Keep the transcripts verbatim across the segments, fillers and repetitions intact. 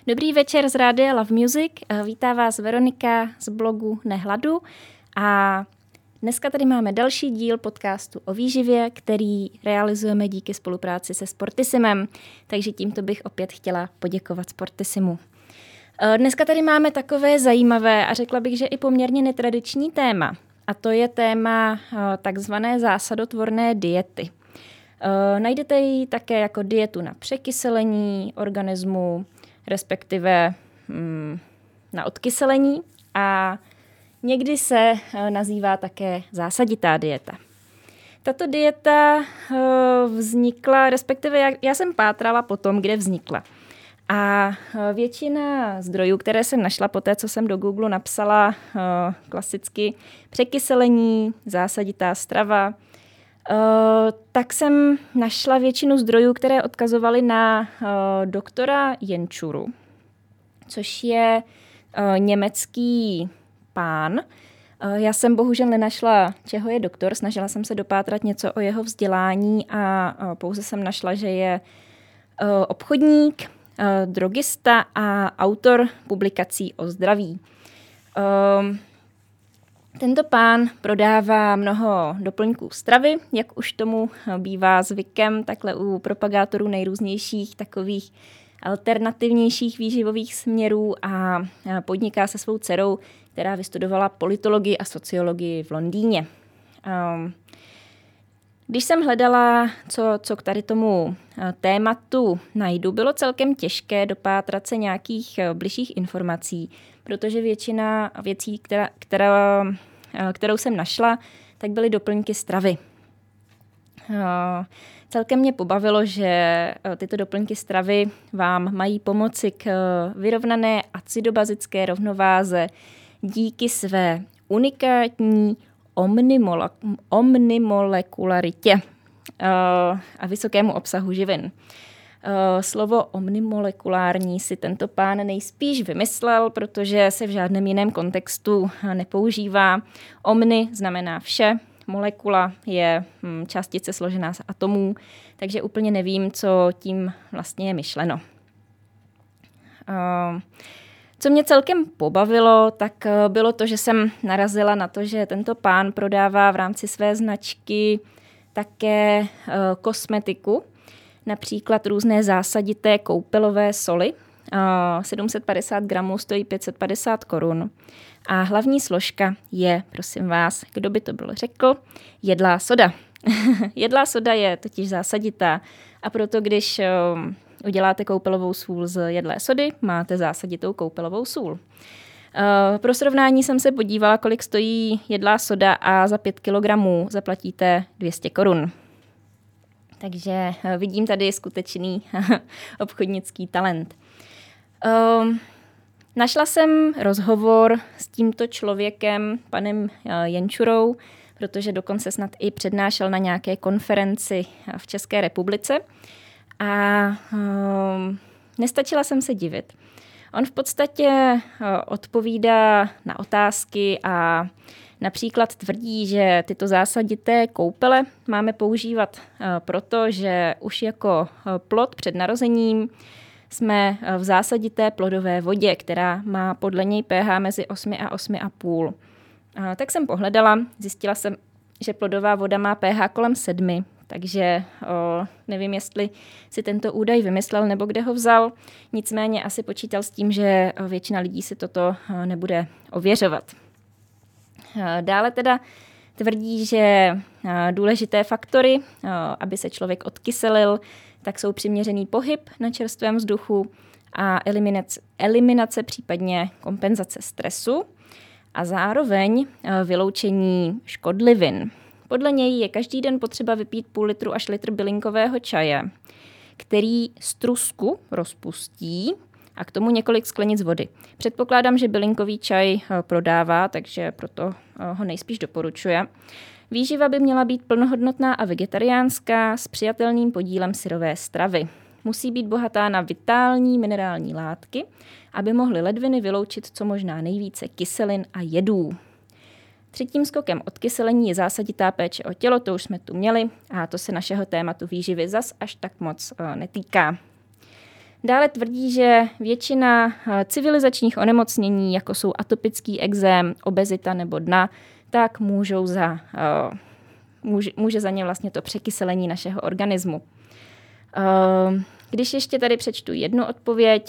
Dobrý večer z rádia Love Music. Vítá vás Veronika z blogu Nehladu a dneska tady máme další díl podcastu o výživě, který realizujeme díky spolupráci se Sportissimem, takže tímto bych opět chtěla poděkovat Sportissimu. Dneska tady máme takové zajímavé a řekla bych, že i poměrně netradiční téma, a to je téma takzvané zásadotvorné diety. Najdete ji také jako dietu na překyselení organismu, respektive mm, na odkyselení, a někdy se nazývá také zásaditá dieta. Tato dieta vznikla, respektive já, já jsem pátrala po tom, kde vznikla. A většina zdrojů, které jsem našla po té, co jsem do Google napsala klasicky překyselení, zásaditá strava, tak jsem našla většinu zdrojů, které odkazovaly na doktora Jenčuru, což je německý pán. Já jsem bohužel nenašla, čeho je doktor, snažila jsem se dopátrat něco o jeho vzdělání a pouze jsem našla, že je obchodník, drogista a autor publikací o zdraví. Tento pán prodává mnoho doplňků stravy, jak už tomu bývá zvykem, takhle u propagátorů nejrůznějších takových alternativnějších výživových směrů, a podniká se svou dcerou, která vystudovala politologii a sociologii v Londýně. Když jsem hledala, co, co k tady tomu tématu najdu, bylo celkem těžké dopátrat se nějakých bližších informací, protože většina věcí, která, která, kterou jsem našla, tak byly doplňky stravy. Celkem mě pobavilo, že tyto doplňky stravy vám mají pomoci k vyrovnané acidobazické rovnováze díky své unikátní omnimole- omnimolekularitě a vysokému obsahu živin. Slovo omnimolekulární si tento pán nejspíš vymyslel, protože se v žádném jiném kontextu nepoužívá. Omni znamená vše, molekula je částice složená z atomů, takže úplně nevím, co tím vlastně je myšleno. Co mě celkem pobavilo, tak bylo to, že jsem narazila na to, že tento pán prodává v rámci své značky také kosmetiku, například různé zásadité koupelové soli. sedm set padesát gramů stojí pět set padesát korun. A hlavní složka je, prosím vás, kdo by to byl řekl, jedlá soda. Jedlá soda je totiž zásaditá, a proto když uděláte koupelovou sůl z jedlé sody, máte zásaditou koupelovou sůl. Pro srovnání jsem se podívala, kolik stojí jedlá soda, a za pět kilogramů zaplatíte dvě stě korun. Takže vidím tady skutečný obchodnický talent. Našla jsem rozhovor s tímto člověkem, panem Jenčurou, protože dokonce snad i přednášel na nějaké konferenci v České republice. A um, nestačila jsem se divit. On v podstatě uh, odpovídá na otázky a například tvrdí, že tyto zásadité koupele máme používat uh, proto, že už jako uh, plod před narozením jsme uh, v zásadité plodové vodě, která má podle něj pH mezi osm a osm a půl. Uh, tak jsem pohledala, zjistila jsem, že plodová voda má pH kolem sedmi. Takže o, nevím, jestli si tento údaj vymyslel nebo kde ho vzal. Nicméně asi počítal s tím, že většina lidí si toto nebude ověřovat. Dále teda tvrdí, že důležité faktory, aby se člověk odkyselil, tak jsou přiměřený pohyb na čerstvém vzduchu a eliminace, eliminace případně kompenzace stresu a zároveň vyloučení škodlivin. Podle něj je každý den potřeba vypít půl litru až litr bylinkového čaje, který strusku rozpustí, a k tomu několik sklenic vody. Předpokládám, že bylinkový čaj prodává, takže proto ho nejspíš doporučuje. Výživa by měla být plnohodnotná a vegetariánská s přijatelným podílem syrové stravy. Musí být bohatá na vitální minerální látky, aby mohly ledviny vyloučit co možná nejvíce kyselin a jedů. Třetím skokem odkyselení je zásaditá péče o tělo, to už jsme tu měli, a to se našeho tématu výživy zas až tak moc netýká. Dále tvrdí, že většina civilizačních onemocnění, jako jsou atopický ekzém, obezita nebo dna, tak můžou za, může, může za ně vlastně to překyselení našeho organismu. Když ještě tady přečtu jednu odpověď.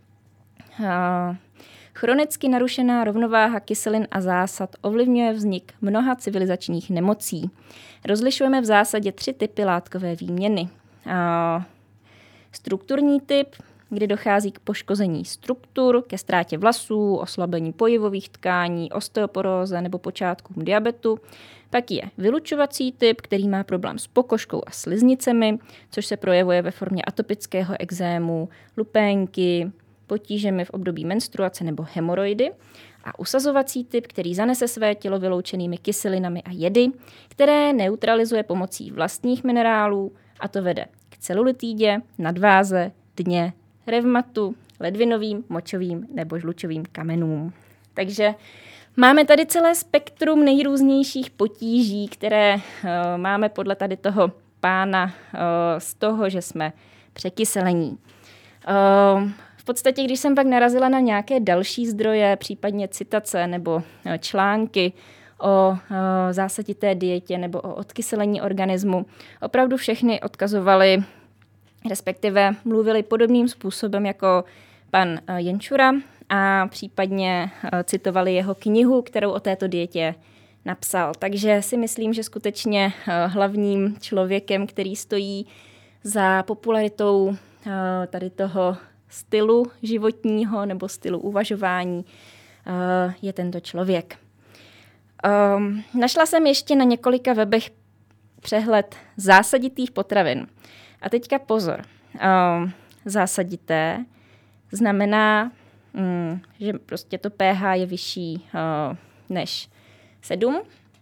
Chronicky narušená rovnováha kyselin a zásad ovlivňuje vznik mnoha civilizačních nemocí. Rozlišujeme v zásadě tři typy látkové výměny. Strukturní typ, kdy dochází k poškození struktur, ke ztrátě vlasů, oslabení pojivových tkání, osteoporóze nebo počátkům diabetu. Pak je vylučovací typ, který má problém s pokožkou a sliznicemi, což se projevuje ve formě atopického ekzému, lupénky, potížemi v období menstruace nebo hemoroidy. A usazovací typ, který zanese své tělo vyloučenými kyselinami a jedy, které neutralizuje pomocí vlastních minerálů, a to vede k celulitidě, nadváze, dně, revmatu, ledvinovým, močovým nebo žlučovým kamenům. Takže máme tady celé spektrum nejrůznějších potíží, které uh, máme podle tady toho pána uh, z toho, že jsme překyselení. Uh, v podstatě, když jsem pak narazila na nějaké další zdroje, případně citace nebo uh, články o uh, zásadité dietě nebo o odkyselení organismu, opravdu všechny odkazovaly, respektive mluvili podobným způsobem jako pan uh, Jenčura a případně uh, citovali jeho knihu, kterou o této dietě napsal. Takže si myslím, že skutečně uh, hlavním člověkem, který stojí za popularitou uh, tady toho stylu životního nebo stylu uvažování, uh, je tento člověk. Um, našla jsem ještě na několika webech přehled zásaditých potravin. A teďka pozor. Um, zásadité znamená, um, že prostě to pH je vyšší uh, než sedm.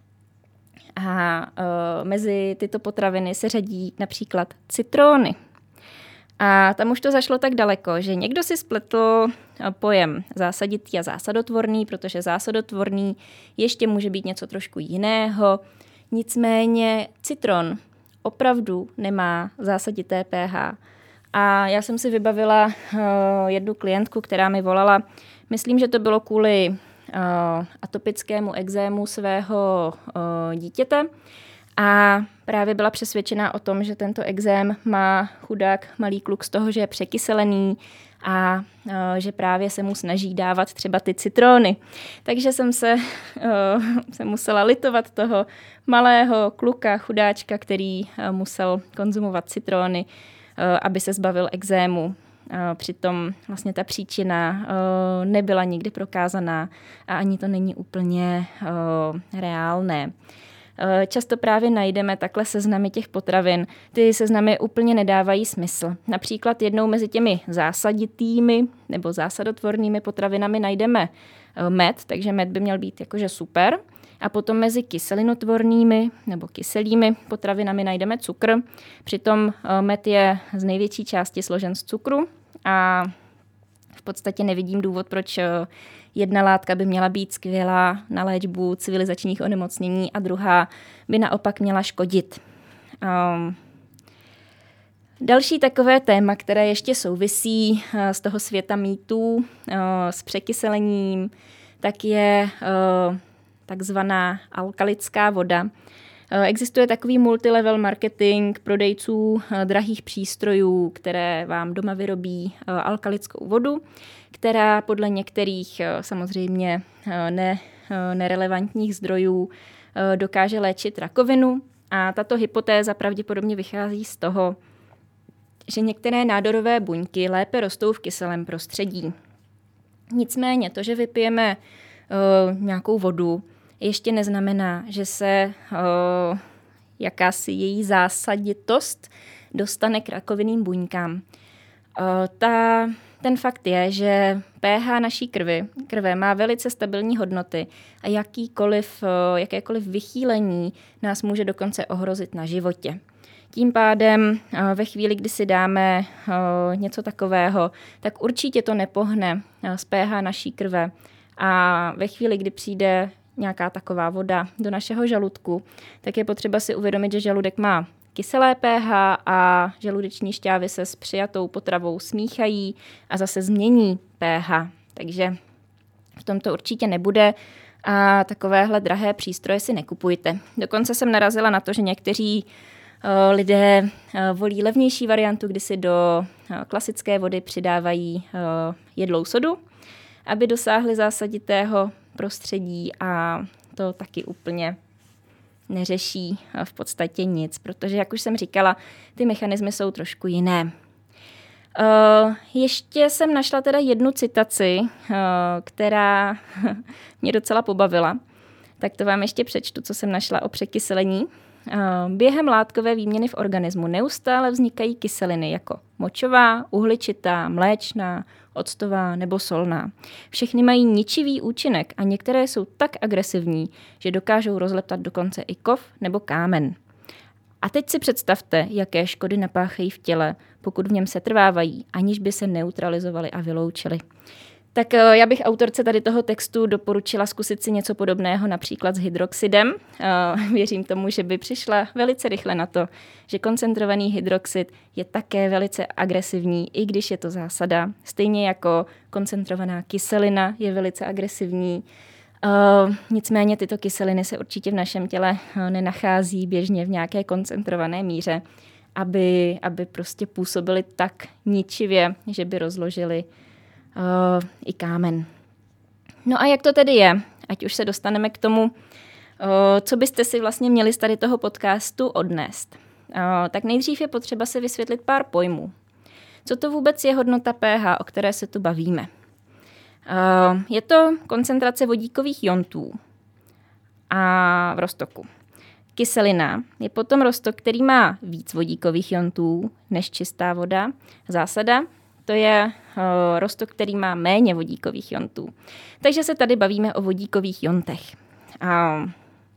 A uh, mezi tyto potraviny se řadí například citróny. A tam už to zašlo tak daleko, že někdo si spletl pojem zásaditý a zásadotvorný, protože zásadotvorný ještě může být něco trošku jiného. Nicméně citron opravdu nemá zásadité pH. A já jsem si vybavila uh, jednu klientku, která mi volala, myslím, že to bylo kvůli uh, atopickému ekzému svého uh, dítěte, a právě byla přesvědčená o tom, že tento ekzém má chudák malý kluk z toho, že je překyselený a uh, že právě se mu snaží dávat třeba ty citróny. Takže jsem se uh, jsem musela litovat toho malého kluka, chudáčka, který uh, musel konzumovat citróny, uh, aby se zbavil ekzému. Uh, přitom vlastně ta příčina uh, nebyla nikdy prokázaná a ani to není úplně uh, reálné. Často právě najdeme takhle seznamy těch potravin. Ty seznamy úplně nedávají smysl. Například jednou mezi těmi zásaditými nebo zásadotvornými potravinami najdeme med, takže med by měl být jakože super. A potom mezi kyselinotvornými nebo kyselými potravinami najdeme cukr. Přitom med je z největší části složen z cukru a v podstatě nevidím důvod, proč jedna látka by měla být skvělá na léčbu civilizačních onemocnění a druhá by naopak měla škodit. Um, další takové téma, které ještě souvisí uh, z toho světa mýtů uh, s překyselením, tak je uh, takzvaná alkalická voda. Uh, existuje takový multilevel marketing prodejců uh, drahých přístrojů, které vám doma vyrobí uh, alkalickou vodu, která podle některých samozřejmě ne, nerelevantních zdrojů dokáže léčit rakovinu. A tato hypotéza pravděpodobně vychází z toho, že některé nádorové buňky lépe rostou v kyselém prostředí. Nicméně to, že vypijeme uh, nějakou vodu, ještě neznamená, že se uh, jakási její zásaditost dostane k rakovinným buňkám. Uh, ta Ten fakt je, že pH naší krvi, krve má velice stabilní hodnoty a jakýkoliv, jakékoliv vychýlení nás může dokonce ohrozit na životě. Tím pádem ve chvíli, kdy si dáme něco takového, tak určitě to nepohne z pH naší krve. A ve chvíli, kdy přijde nějaká taková voda do našeho žaludku, tak je potřeba si uvědomit, že žaludek má kyselé pH a žaludeční šťávy se s přijatou potravou smíchají a zase změní pH. Takže v tom to určitě nebude a takovéhle drahé přístroje si nekupujte. Dokonce jsem narazila na to, že někteří uh, lidé uh, volí levnější variantu, kdy si do uh, klasické vody přidávají uh, jedlou sodu, aby dosáhli zásaditého prostředí a to taky úplně neřeší uh, v podstatě nic, protože, jak už jsem říkala, ty mechanismy jsou trošku jiné. Uh, ještě jsem našla teda jednu citaci, uh, která mě docela pobavila. Tak to vám ještě přečtu, co jsem našla o překyselení. Uh, během látkové výměny v organismu neustále vznikají kyseliny jako močová, uhličitá, mléčná, octová nebo solná. Všechny mají ničivý účinek a některé jsou tak agresivní, že dokážou rozleptat dokonce i kov nebo kámen. A teď si představte, jaké škody napáchají v těle, pokud v něm setrvávají, aniž by se neutralizovaly a vyloučily. Tak já bych autorce tady toho textu doporučila zkusit si něco podobného například s hydroxidem. Věřím tomu, že by přišla velice rychle na to, že koncentrovaný hydroxid je také velice agresivní, i když je to zásada. Stejně jako koncentrovaná kyselina je velice agresivní. Uh, nicméně tyto kyseliny se určitě v našem těle uh, nenachází běžně v nějaké koncentrované míře, aby, aby prostě působily tak ničivě, že by rozložily uh, i kámen. No a jak to tedy je? Ať už se dostaneme k tomu, uh, co byste si vlastně měli z tady toho podcastu odnést. Uh, tak nejdřív je potřeba si vysvětlit pár pojmů. Co to vůbec je hodnota pH, o které se tu bavíme? Uh, je to koncentrace vodíkových iontů a v roztoku. Kyselina je potom roztok, který má víc vodíkových iontů než čistá voda. Zásada, to je uh, roztok, který má méně vodíkových iontů. Takže se tady bavíme o vodíkových iontech. Uh,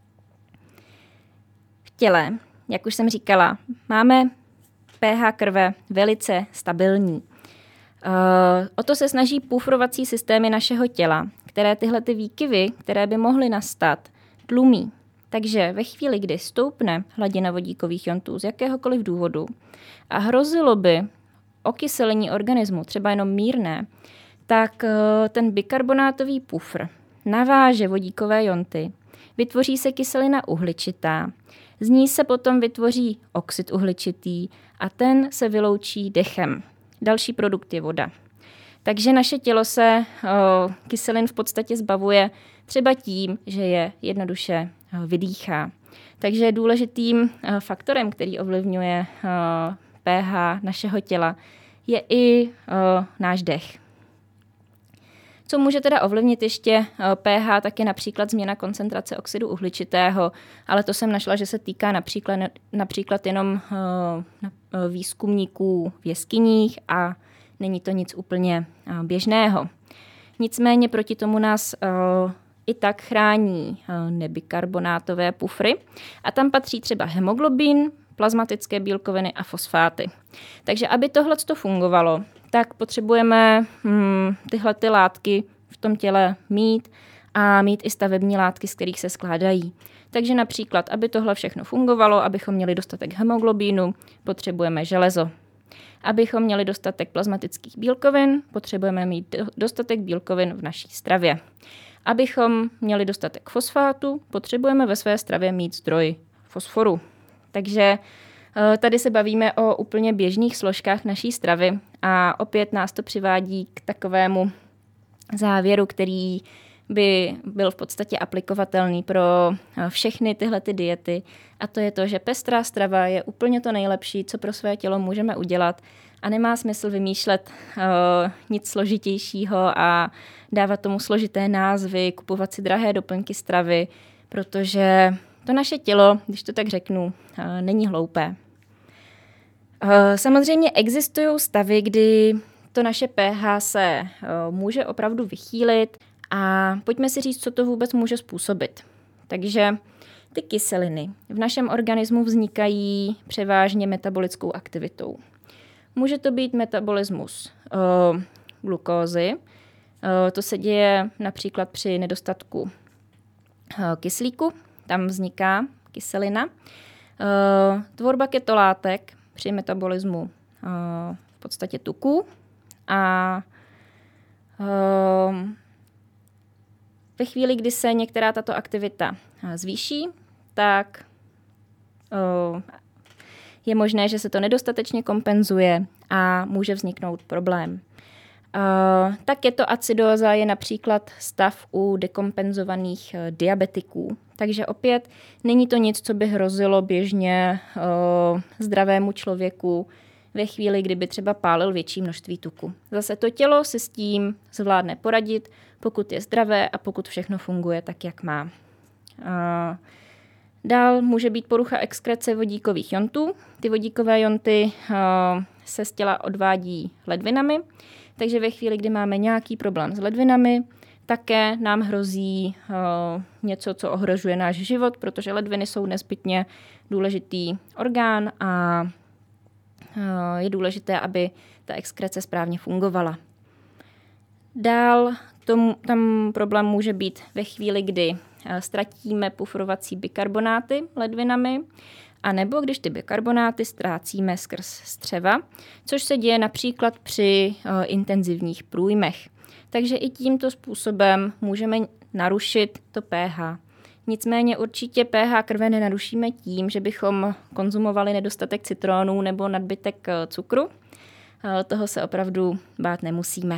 v těle, jak už jsem říkala, máme pH krve velice stabilní. Uh, o to se snaží pufrovací systémy našeho těla, které tyhle ty výkyvy, které by mohly nastat, tlumí. Takže ve chvíli, kdy stoupne hladina vodíkových iontů z jakéhokoliv důvodu a hrozilo by okyselení organismu, třeba jenom mírné, tak uh, ten bikarbonátový pufr naváže vodíkové ionty, vytvoří se kyselina uhličitá, z ní se potom vytvoří oxid uhličitý a ten se vyloučí dechem. Další produkt je voda. Takže naše tělo se o, kyselin v podstatě zbavuje třeba tím, že je jednoduše o, vydýchá. Takže důležitým o, faktorem, který ovlivňuje o, pH našeho těla, je i o, náš dech. Co může teda ovlivnit ještě pH, tak je například změna koncentrace oxidu uhličitého, ale to jsem našla, že se týká například, například jenom výzkumníků v jeskyních a není to nic úplně běžného. Nicméně proti tomu nás i tak chrání nebikarbonátové pufry a tam patří třeba hemoglobin, plazmatické bílkoviny a fosfáty. Takže aby tohleto fungovalo, tak potřebujeme hmm, tyhle ty látky v tom těle mít a mít i stavební látky, z kterých se skládají. Takže například, aby tohle všechno fungovalo, abychom měli dostatek hemoglobínu, potřebujeme železo. Abychom měli dostatek plazmatických bílkovin, potřebujeme mít dostatek bílkovin v naší stravě. Abychom měli dostatek fosfátu, potřebujeme ve své stravě mít zdroj fosforu. Takže tady se bavíme o úplně běžných složkách naší stravy a opět nás to přivádí k takovému závěru, který by byl v podstatě aplikovatelný pro všechny tyhle ty diety. A to je to, že pestrá strava je úplně to nejlepší, co pro své tělo můžeme udělat a nemá smysl vymýšlet uh, nic složitějšího a dávat tomu složité názvy, kupovat si drahé doplňky stravy, protože to naše tělo, když to tak řeknu, uh, není hloupé. Uh, samozřejmě existují stavy, kdy to naše pH se uh, může opravdu vychýlit a pojďme si říct, co to vůbec může způsobit. Takže ty kyseliny v našem organismu vznikají převážně metabolickou aktivitou. Může to být metabolismus uh, glukózy. Uh, to se děje například při nedostatku uh, kyslíku. Tam vzniká kyselina. Uh, Tvorba ketolátek při metabolismu v podstatě tuku a ve chvíli, kdy se některá tato aktivita zvýší, tak je možné, že se to nedostatečně kompenzuje a může vzniknout problém. Ta ketoacidóza je například stav u dekompenzovaných diabetiků. Takže opět není to nic, co by hrozilo běžně zdravému člověku ve chvíli, kdyby třeba pálil větší množství tuku. Zase to tělo si s tím zvládne poradit, pokud je zdravé a pokud všechno funguje tak, jak má. Dál může být porucha exkrece vodíkových jontů. Ty vodíkové jonty se z těla odvádí ledvinami, takže ve chvíli, kdy máme nějaký problém s ledvinami, také nám hrozí uh, něco, co ohrožuje náš život, protože ledviny jsou nezbytně důležitý orgán a uh, je důležité, aby ta exkrece správně fungovala. Dál tom, tam problém může být ve chvíli, kdy uh, ztratíme pufrovací bikarbonáty ledvinami, a nebo když ty bikarbonáty ztrácíme skrz střeva, což se děje například při uh, intenzivních průjmech. Takže i tímto způsobem můžeme narušit to pH. Nicméně určitě pH krve nenarušíme tím, že bychom konzumovali nedostatek citronů nebo nadbytek cukru. Toho se opravdu bát nemusíme.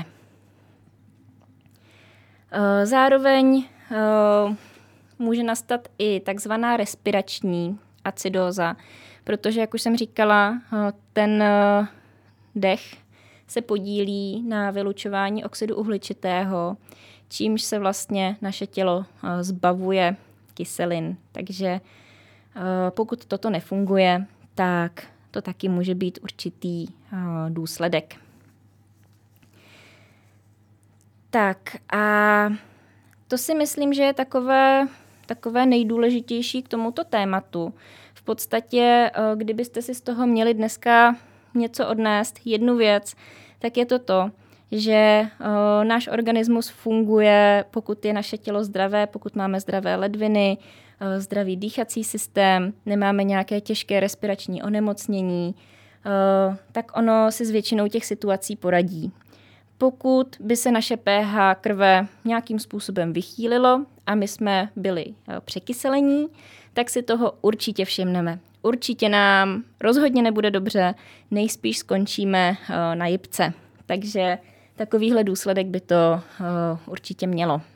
Zároveň může nastat i takzvaná respirační acidóza, protože, jak už jsem říkala, ten dech se podílí na vylučování oxidu uhličitého, čímž se vlastně naše tělo zbavuje kyselin. Takže pokud toto nefunguje, tak to taky může být určitý důsledek. Tak a to si myslím, že je takové, takové nejdůležitější k tomuto tématu. V podstatě, kdybyste si z toho měli dneska něco odnést, jednu věc, tak je to to, že o, náš organismus funguje, pokud je naše tělo zdravé, pokud máme zdravé ledviny, o, zdravý dýchací systém, nemáme nějaké těžké respirační onemocnění, o, tak ono si s většinou těch situací poradí. Pokud by se naše pH krve nějakým způsobem vychýlilo a my jsme byli o, překyselení, tak si toho určitě všimneme. Určitě nám rozhodně nebude dobře, nejspíš skončíme o, na jipce. Takže takovýhle důsledek by to o, určitě mělo. O,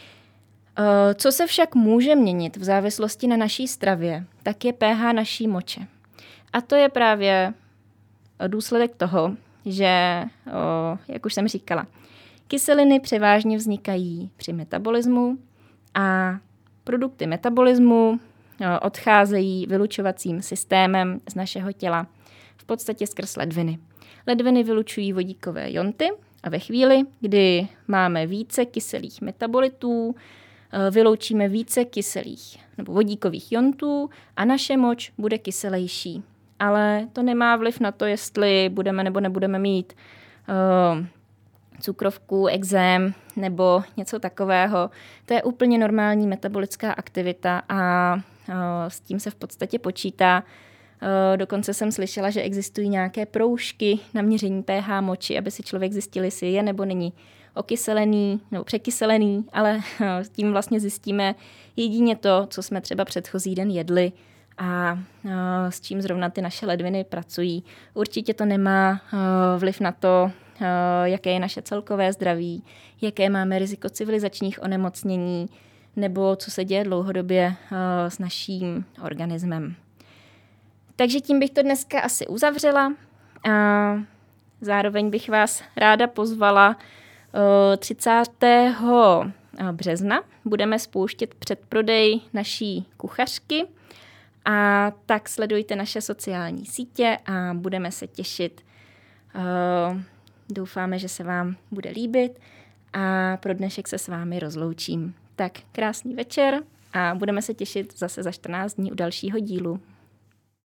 co se však může měnit v závislosti na naší stravě, tak je pH naší moče. A to je právě důsledek toho, že, o, jak už jsem říkala, kyseliny převážně vznikají při metabolismu a produkty metabolismu o, odcházejí vylučovacím systémem z našeho těla, v podstatě skrz ledviny. Ledviny vylučují vodíkové jonty a ve chvíli, kdy máme více kyselých metabolitů, vyloučíme více kyselých nebo vodíkových jontů a naše moč bude kyselejší. Ale to nemá vliv na to, jestli budeme nebo nebudeme mít uh, cukrovku, ekzém nebo něco takového. To je úplně normální metabolická aktivita a uh, s tím se v podstatě počítá. Uh, dokonce jsem slyšela, že existují nějaké proužky na měření pH moči, aby si člověk zjistil, jestli je nebo není okyselený nebo překyselený, ale uh, tím vlastně zjistíme jedině to, co jsme třeba předchozí den jedli a uh, s čím zrovna ty naše ledviny pracují. Určitě to nemá uh, vliv na to, uh, jaké je naše celkové zdraví, jaké máme riziko civilizačních onemocnění nebo co se děje dlouhodobě uh, s naším organismem. Takže tím bych to dneska asi uzavřela. A zároveň bych vás ráda pozvala třicátého března. Budeme spouštět předprodej naší kuchařky. A tak sledujte naše sociální sítě a budeme se těšit. Doufáme, že se vám bude líbit a pro dnešek se s vámi rozloučím. Tak krásný večer a budeme se těšit zase za čtrnáct dní u dalšího dílu.